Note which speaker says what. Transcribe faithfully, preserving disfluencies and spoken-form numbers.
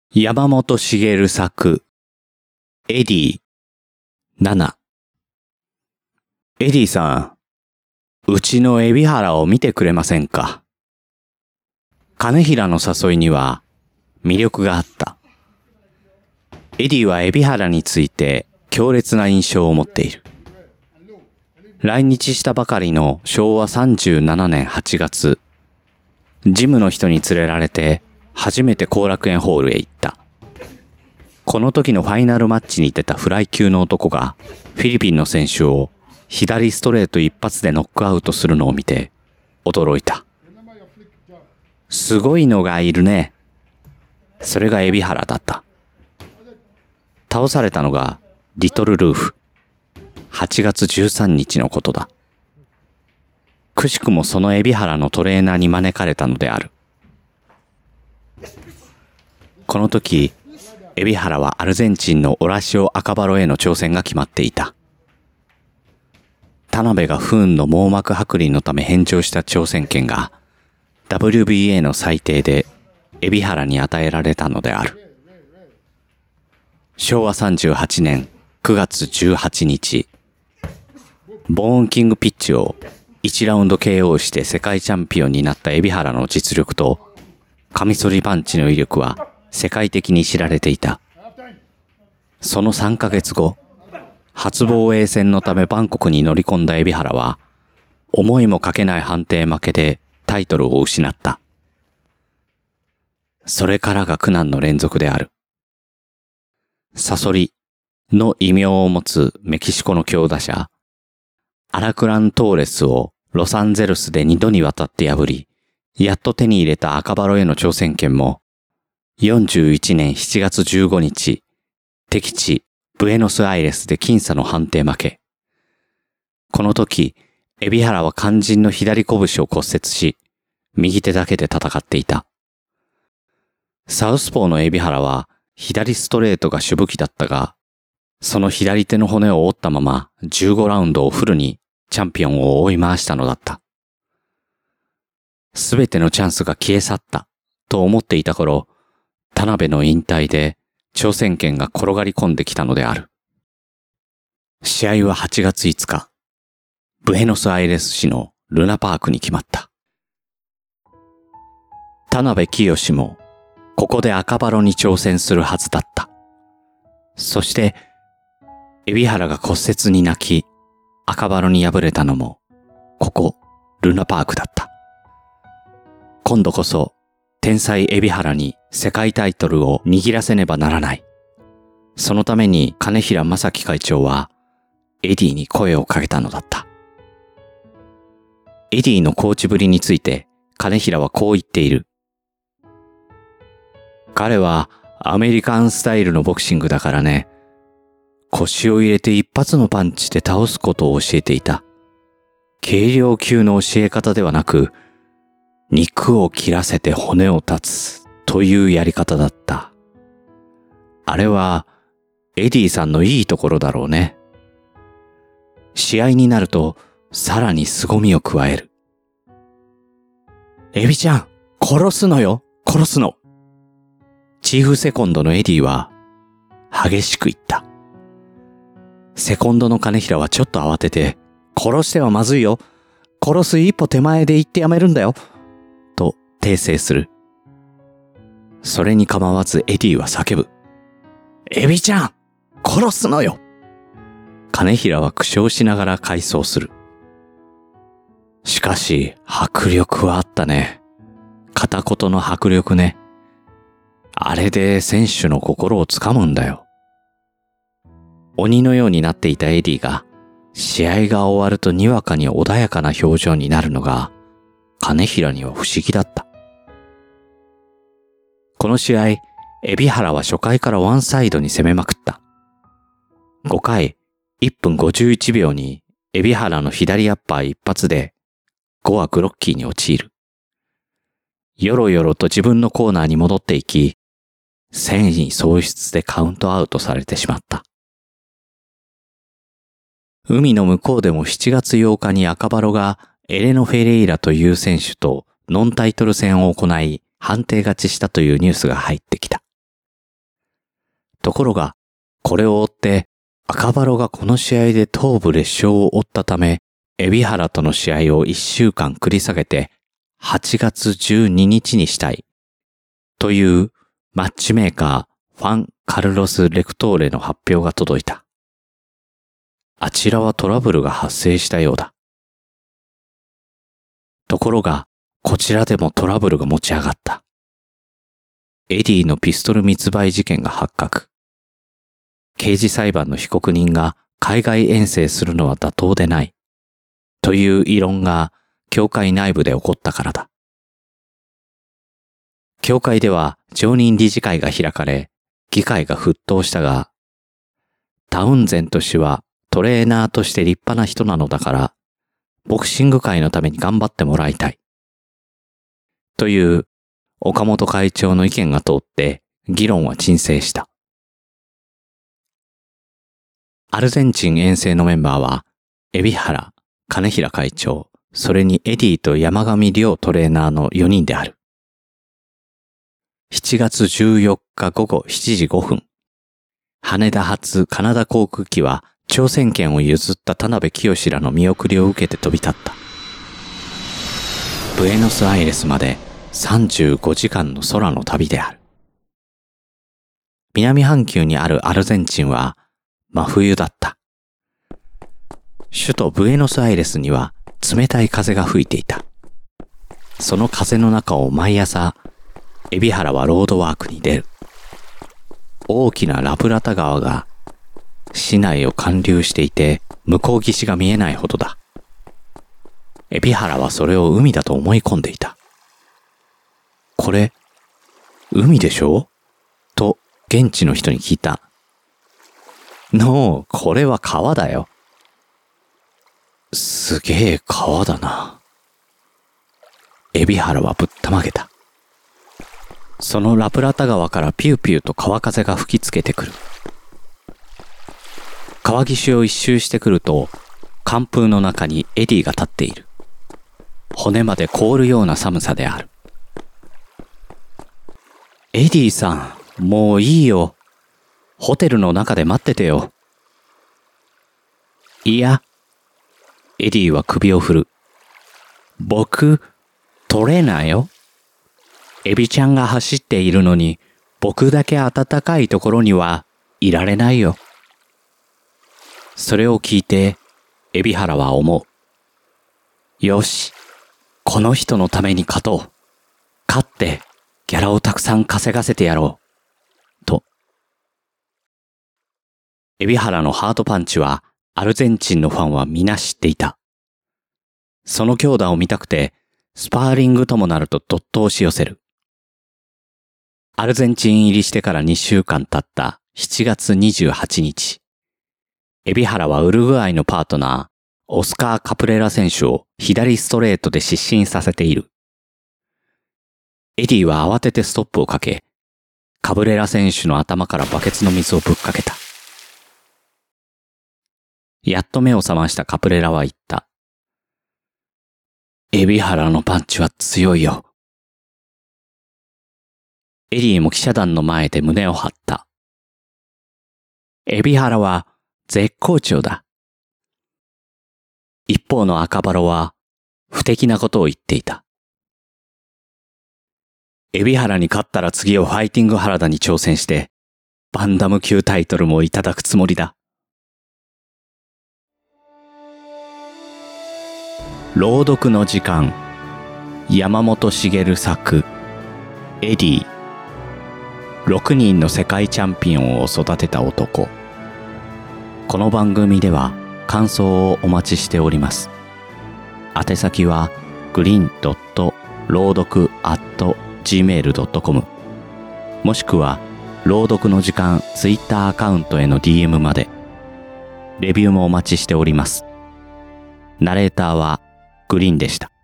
Speaker 1: 山本茂作、エディ、なな。エディさん、うちの海老原を見てくれませんか？金平の誘いには魅力があった。エディは海老原について強烈な印象を持っている。来日したばかりのしょうわさんじゅうななねんはちがつ、ジムの人に連れられて初めて後楽園ホールへ行った。この時のファイナルマッチに出たフライ級の男がフィリピンの選手を左ストレート一発でノックアウトするのを見て驚いた。すごいのがいるね。それが海老原だった。倒されたのがリトルルーフ。はちがつじゅうさんにちのことだ。くしくもその海老原のトレーナーに招かれたのである。この時、海老原はアルゼンチンのオラシオ・アカバロへの挑戦が決まっていた。田辺が不運の網膜剥離のため返上した挑戦権が ダブリュービーエー の裁定で海老原に与えられたのである。しょうわさんじゅうはちねんくがつじゅうはちにち、ボーンキングピッチをいちラウンド ケーオー して世界チャンピオンになった海老原の実力とカミソリパンチの威力は世界的に知られていた。そのさんかげつご、初防衛戦のためバンコクに乗り込んだ海老原は、思いもかけない判定負けでタイトルを失った。それからが苦難の連続である。サソリの異名を持つメキシコの強打者、アラクラン・トーレスをロサンゼルスでにどにわたって破り、やっと手に入れた赤バロへの挑戦権も、よんじゅういちねんしちがつじゅうごにち、敵地ブエノスアイレスで僅差の判定負け。この時、海老原は肝心の左拳を骨折し、右手だけで戦っていた。サウスポーの海老原は左ストレートが主武器だったが、その左手の骨を折ったままじゅうごラウンドをフルにチャンピオンを追い回したのだった。すべてのチャンスが消え去ったと思っていた頃、田辺の引退で挑戦権が転がり込んできたのである。試合ははちがついつか、ブエノスアイレス市のルナパークに決まった。田辺清もここで赤バロに挑戦するはずだった。そして、海老原が骨折に泣き、赤バロに敗れたのも、ここ、ルナパークだった。今度こそ、天才海老原に世界タイトルを握らせねばならない。そのために金平正樹会長は、エディに声をかけたのだった。エディのコーチぶりについて、金平はこう言っている。彼はアメリカンスタイルのボクシングだからね。腰を入れて一発のパンチで倒すことを教えていた。軽量級の教え方ではなく、肉を切らせて骨を断つというやり方だった。あれはエディさんのいいところだろうね。試合になるとさらに凄みを加える。エビちゃん、殺すのよ、殺すの。チーフセコンドのエディは激しく言った。セコンドの金平はちょっと慌てて、殺してはまずいよ。殺す一歩手前で言ってやめるんだよ。と訂正する。それに構わずエディは叫ぶ。エビちゃん、殺すのよ。金平は苦笑しながら回想する。しかし、迫力はあったね。片言の迫力ね。あれで選手の心をつかむんだよ。鬼のようになっていたエディが、試合が終わるとにわかに穏やかな表情になるのが、金平には不思議だった。この試合、海老原は初回からワンサイドに攻めまくった。ごかい、いっぷんごじゅういちびょうに海老原の左アッパー一発で、ゴはグロッキーに陥る。よろよろと自分のコーナーに戻っていき、戦意喪失でカウントアウトされてしまった。海の向こうでもしちがつようかに赤バロがエレノ・フェレイラという選手とノンタイトル戦を行い判定勝ちしたというニュースが入ってきた。 ところが、これを追って赤羽がこの試合で頭部裂傷を負ったため、海老原との試合をいっしゅうかん繰り下げてはちがつじゅうににちにしたい。というマッチメーカーファン・カルロス・レクトーレの発表が届いた。あちらはトラブルが発生したようだ。ところが、こちらでもトラブルが持ち上がった。エディのピストル密売事件が発覚。刑事裁判の被告人が海外遠征するのは妥当でない。という異論が教会内部で起こったからだ。教会では常任理事会が開かれ、議会が沸騰したが、タウンゼント氏はトレーナーとして立派な人なのだから、ボクシング界のために頑張ってもらいたい。という岡本会長の意見が通って議論は鎮静した。アルゼンチン遠征のメンバーは、海老原、金平会長、それにエディと山上亮トレーナーのよにんである。しちがつじゅうよっかごごしちじごふん、羽田発カナダ航空機は挑戦権を譲った田辺清らの見送りを受けて飛び立った。ブエノスアイレスまでさんじゅうごじかんの空の旅である。南半球にあるアルゼンチンは真冬だった。首都ブエノスアイレスには冷たい風が吹いていた。その風の中を毎朝、海老原はロードワークに出る。大きなラプラタ川が市内を貫流していて、向こう岸が見えないほどだ。海老原はそれを海だと思い込んでいた。これ、海でしょ？と現地の人に聞いた。ノー、これは川だよ。すげえ川だな。海老原はぶったまげた。そのラプラタ川からピューピューと川風が吹きつけてくる。川岸を一周してくると、寒風の中にエディが立っている。骨まで凍るような寒さである。エディさん、もういいよ。ホテルの中で待っててよ。いや。エディは首を振る。僕、トレーナーよ。エビちゃんが走っているのに、僕だけ暖かいところにはいられないよ。それを聞いて、海老原は思う。よし、この人のために勝とう。勝って、ギャラをたくさん稼がせてやろう。と。海老原のハートパンチは、アルゼンチンのファンは皆知っていた。その強打を見たくて、スパーリングともなるとどっと押し寄せる。アルゼンチン入りしてからにしゅうかん経ったしちがつにじゅうはちにち。海老原はウルグアイのパートナー、オスカー・カプレラ選手を左ストレートで失神させている。エディは慌ててストップをかけ、カブレラ選手の頭からバケツの水をぶっかけた。やっと目を覚ましたカプレラは言った。海老原のパンチは強いよ。エディも記者団の前で胸を張った。海老原は絶好調だ。一方の赤羽は不敵なことを言っていた。海老原に勝ったら次をファイティング原田に挑戦して、バンダム級タイトルもいただくつもりだ。朗読の時間。山本茂作、エディ。ろくにんの世界チャンピオンを育てた男。この番組では感想をお待ちしております。宛先はグリーンドット朗読アットジーメールドットコム もしくは朗読の時間ツイッターアカウントへの ディーエム まで。レビューもお待ちしております。ナレーターはグリーンでした。